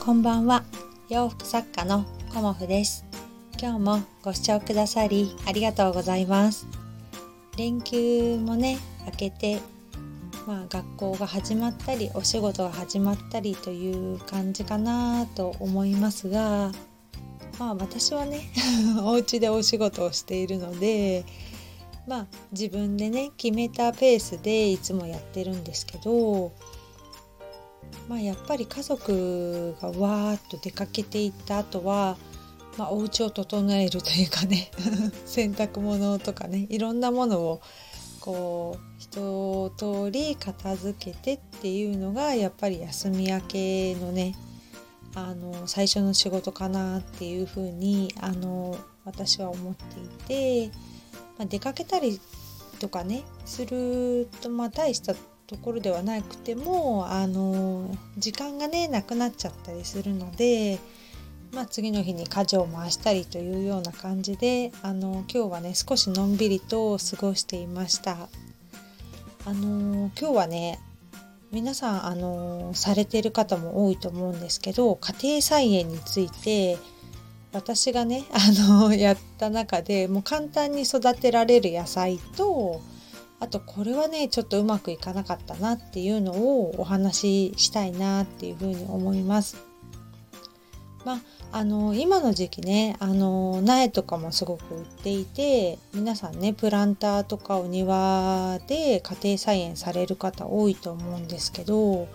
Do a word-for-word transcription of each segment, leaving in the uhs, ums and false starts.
こんばんは。洋服作家のコモフです。今日もご視聴くださりありがとうございます。連休もね明けて、まあ、学校が始まったりお仕事が始まったりという感じかなと思いますが、まあ私はねお家でお仕事をしているので、まあ自分でね決めたペースでいつもやってるんですけど、まあやっぱり家族がわーっと出かけていった後は、まあ、お家を整えるというかね洗濯物とかねいろんなものをこう一通り片付けてっていうのがやっぱり休み明けのねあの最初の仕事かなっていうふうにあの私は思っていて、まあ、出かけたりとかねするとまあ大したところではなくてもあの時間がねなくなっちゃったりするので、まあ、次の日に家事を回したりというような感じであの今日はね少しのんびりと過ごしていました。あの今日はね皆さんあのされている方も多いと思うんですけど、家庭菜園について私がねあのやった中でもう簡単に育てられる野菜と、あとこれはねちょっとうまくいかなかったなっていうのをお話ししたいなっていうふうに思います。まあ、あの今の時期ねあの苗とかもすごく売っていて、皆さんねプランターとかお庭で家庭菜園される方多いと思うんですけど、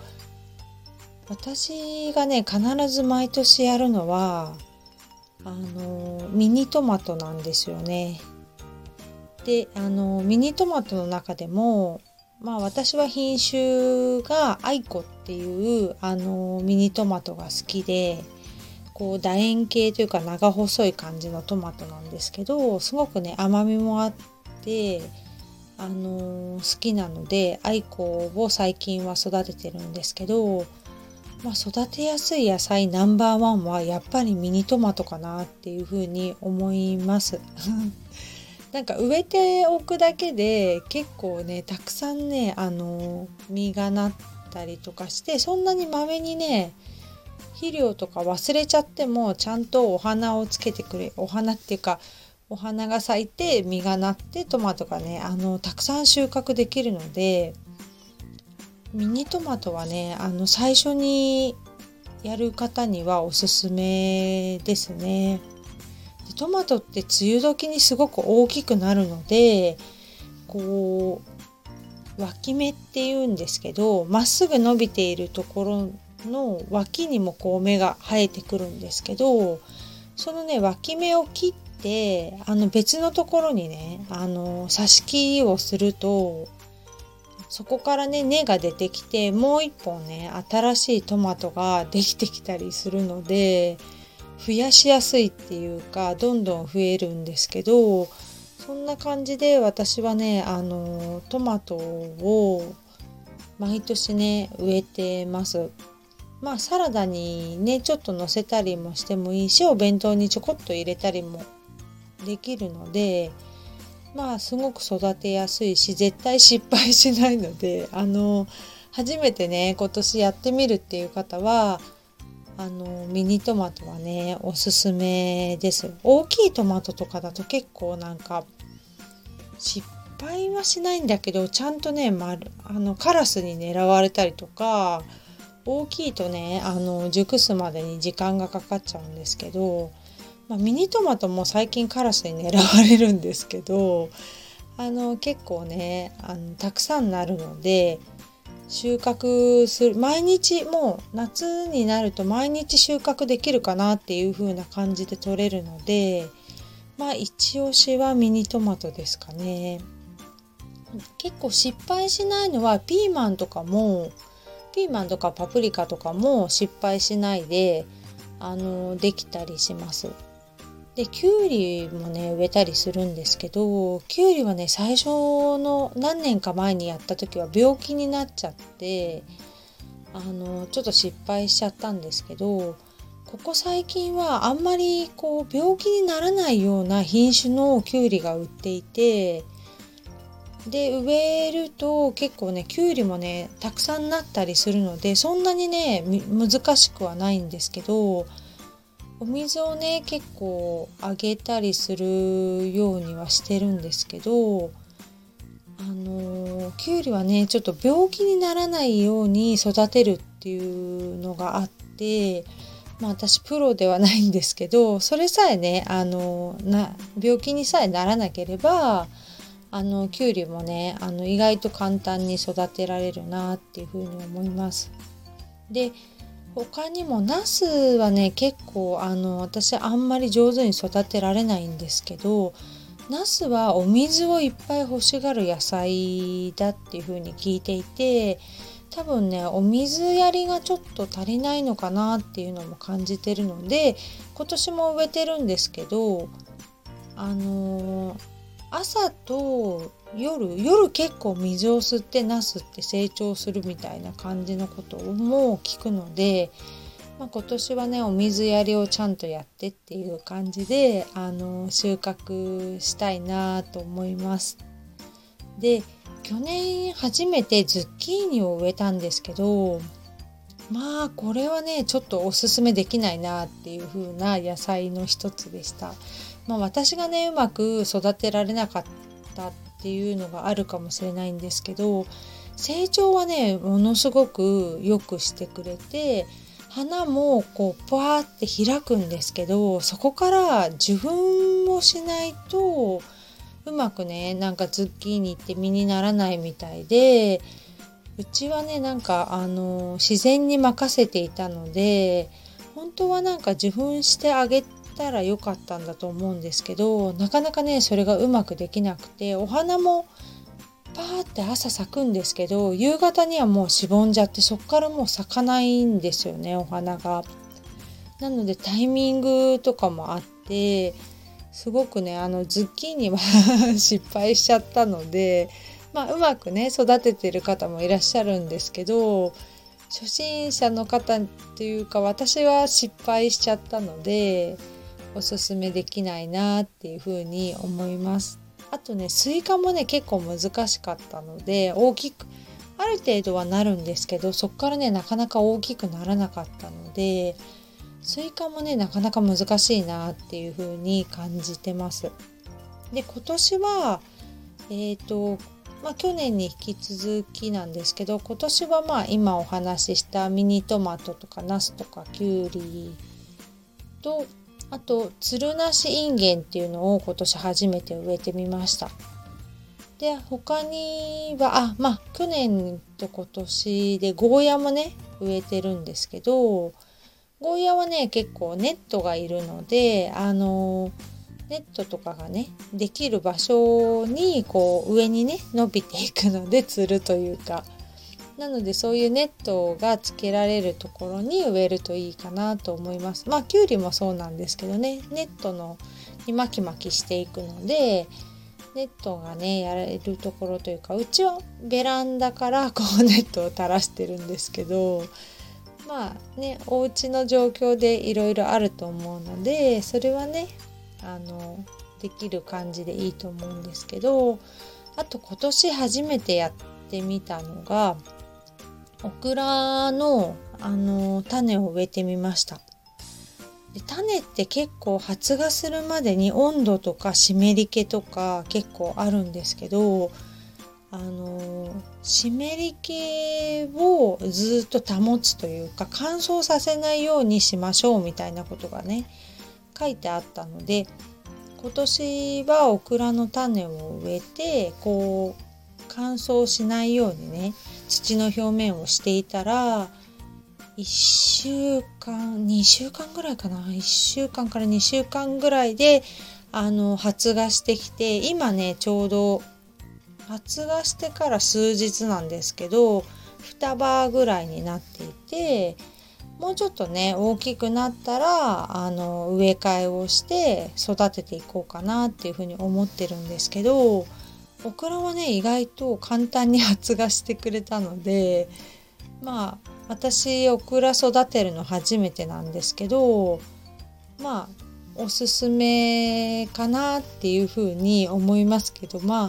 私がね必ず毎年やるのはあのミニトマトなんですよね。であのミニトマトの中でもまあ私は品種がアイコっていうあのミニトマトが好きで、こう楕円形というか長細い感じのトマトなんですけど、すごくね甘みもあってあの好きなのでアイコを最近は育ててるんですけど、まあ、育てやすい野菜ナンバーワンはやっぱりミニトマトかなっていうふうに思いますなんか植えておくだけで結構ねたくさんねあの実がなったりとかして、そんなにまめにね肥料とか忘れちゃってもちゃんとお花をつけてくれ、お花っていうかお花が咲いて実がなってトマトがねあのたくさん収穫できるので、ミニトマトはねあの最初にやる方にはおすすめですね。でトマトって梅雨時にすごく大きくなるので、こう脇芽っていうんですけど、まっすぐ伸びているところの脇にもこう芽が生えてくるんですけど、そのね脇芽を切ってあの別のところにねあの挿し木をすると、そこからね根が出てきてもう一本ね新しいトマトができてきたりするので、増やしやすいっていうかどんどん増えるんですけど、そんな感じで私はねあのトマトを毎年ね植えてます。まあサラダにねちょっと乗せたりもしてもいいし、お弁当にちょこっと入れたりもできるので、まあすごく育てやすいし絶対失敗しないので、あの初めてね今年やってみるっていう方はあのミニトマトはねおすすめです。大きいトマトとかだと結構なんか失敗はしないんだけど、ちゃんとね、ま、あのカラスに狙われたりとか、大きいとねあの熟すまでに時間がかかっちゃうんですけど、まあ、ミニトマトも最近カラスに狙われるんですけど、あの結構ねあのたくさんなるので収穫する毎日、もう夏になると毎日収穫できるかなっていう風な感じで取れるので、まあ一押しはミニトマトですかね。結構失敗しないのはピーマンとかもピーマンとかパプリカとかも失敗しないであのできたりします。できゅうりもね植えたりするんですけど、きゅうりはね最初の何年か前にやった時は病気になっちゃってあのちょっと失敗しちゃったんですけど、ここ最近はあんまりこう病気にならないような品種のきゅうりが売っていて、 で植えると結構ねきゅうりもねたくさんなったりするので、そんなにね難しくはないんですけど、お水をね結構あげたりするようにはしてるんですけど、あのきゅうりはねちょっと病気にならないように育てるっていうのがあって、まあ私プロではないんですけど、それさえねあのな病気にさえならなければ、あのきゅうりもねあの意外と簡単に育てられるなっていうふうに思います。で他にもナスはね結構あの私あんまり上手に育てられないんですけど、ナスはお水をいっぱい欲しがる野菜だっていうふうに聞いていて、多分ねお水やりがちょっと足りないのかなっていうのも感じてるので、今年も植えてるんですけど、あのー、朝と夜夜結構水を吸ってナスって成長するみたいな感じのことも聞くので、まあ、今年はねお水やりをちゃんとやってっていう感じで、あの収穫したいなと思います。で去年初めてズッキーニを植えたんですけど、まあこれはねちょっとおすすめできないなっていう風な野菜の一つでした。まあ、私がねうまく育てられなかったっていうのがあるかもしれないんですけど、成長はねものすごく良くしてくれて、花もこうパワーって開くんですけど、そこから受粉をしないとうまくねなんかズッキーニって実にならないみたいで、うちはねなんかあの自然に任せていたので、本当はなんか受粉してあげたらよかったんだと思うんですけど、なかなかねそれがうまくできなくて、お花もパーって朝咲くんですけど夕方にはもうしぼんじゃって、そっからもう咲かないんですよねお花が。なのでタイミングとかもあって、すごくねあのズッキーニは失敗しちゃったので、まあうまくね育ててる方もいらっしゃるんですけど、初心者の方っていうか私は失敗しちゃったのでおすすめできないなっていうふうに思います。あとねスイカもね結構難しかったので、大きくある程度はなるんですけど、そっからねなかなか大きくならなかったので、スイカもねなかなか難しいなっていう風に感じてます。で今年はえっとまあ去年に引き続きなんですけど、今年はまあ今お話ししたミニトマトとかナスとかキュウリと、あとつるなしインゲンっていうのを今年初めて植えてみました。で他にはあまあ去年と今年でゴーヤもね植えてるんですけど、ゴーヤはね結構ネットがいるので、あのネットとかがねできる場所にこう上にね伸びていくので、つるというか、なのでそういうネットがつけられるところに植えるといいかなと思います。まあきゅうりもそうなんですけどね、ネットのに巻き巻きしていくので、ネットがねやれるところというか、うちはベランダからこうネットを垂らしてるんですけど、まあねお家の状況でいろいろあると思うので、それはねあのできる感じでいいと思うんですけど、あと今年初めてやってみたのがオクラのあの種を植えてみました。で種って結構発芽するまでに温度とか湿り気とか結構あるんですけど、あの湿り気をずっと保つというか乾燥させないようにしましょうみたいなことがね書いてあったので、今年はオクラの種を植えてこう乾燥しないようにね土の表面をしていたら、いっしゅうかんにしゅうかんぐらいかないっしゅうかんからにしゅうかんぐらいであの発芽してきて、今ねちょうど発芽してから数日なんですけどに葉ぐらいになっていて、もうちょっとね大きくなったらあの植え替えをして育てていこうかなっていうふうに思ってるんですけど、オクラはね意外と簡単に発芽してくれたので、まあ私オクラ育てるの初めてなんですけど、まあおすすめかなっていうふうに思いますけど、まあ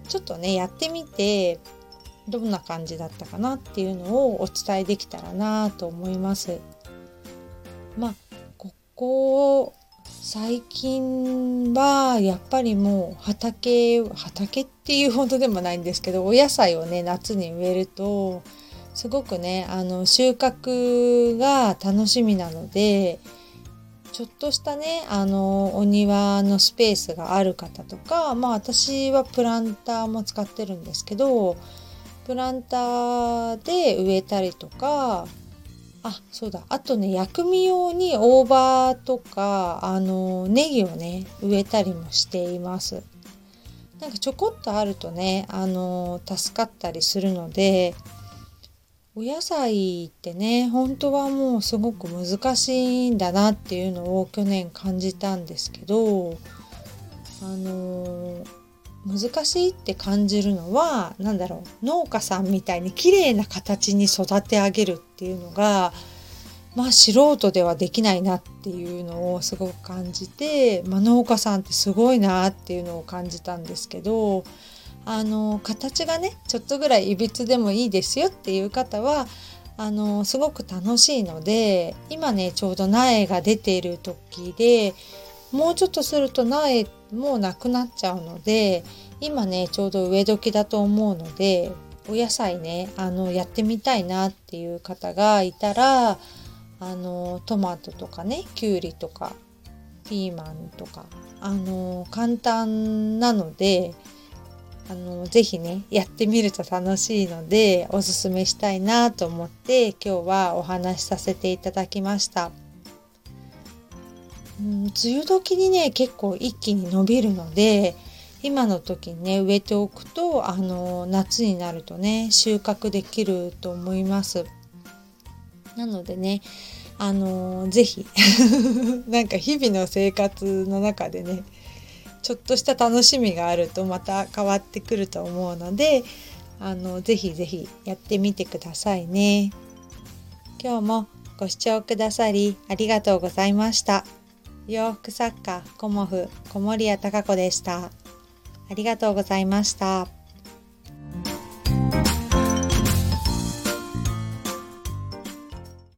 ちょっとねやってみてどんな感じだったかなっていうのをお伝えできたらなと思います。まあここ最近はやっぱりもう畑畑っていうほどでもないんですけど、お野菜をね夏に植えるとすごくねあの収穫が楽しみなので、ちょっとしたねあのお庭のスペースがある方とか、まあ私はプランターも使ってるんですけど、プランターで植えたりとか、あ、そうだ、あとね薬味用に大葉とかあのネギをね植えたりもしています。なんかちょこっとあるとねあの助かったりするので、お野菜ってね本当はもうすごく難しいんだなっていうのを去年感じたんですけど、あの難しいって感じるのはなんだろう、農家さんみたいに綺麗な形に育て上げるっていうのがまあ素人ではできないなっていうのをすごく感じて、まあ、農家さんってすごいなっていうのを感じたんですけど、あの形がねちょっとぐらいいびつでもいいですよっていう方はあのすごく楽しいので、今ねちょうど苗が出ている時で、もうちょっとすると苗もうなくなっちゃうので、今ねちょうど植え時だと思うので、お野菜ねあのやってみたいなっていう方がいたら、あのトマトとかねきゅうりとかピーマンとかあの簡単なので、あのぜひねやってみると楽しいのでおすすめしたいなと思って今日はお話しさせていただきました。うん、梅雨時にね結構一気に伸びるので、今の時にね植えておくとあの夏になるとね収穫できると思います。なのでねあのぜひなんか日々の生活の中でねちょっとした楽しみがあるとまた変わってくると思うので、あのぜひぜひやってみてくださいね。今日もご視聴くださりありがとうございました。洋服作家コモフ小森屋隆子でした。ありがとうございました。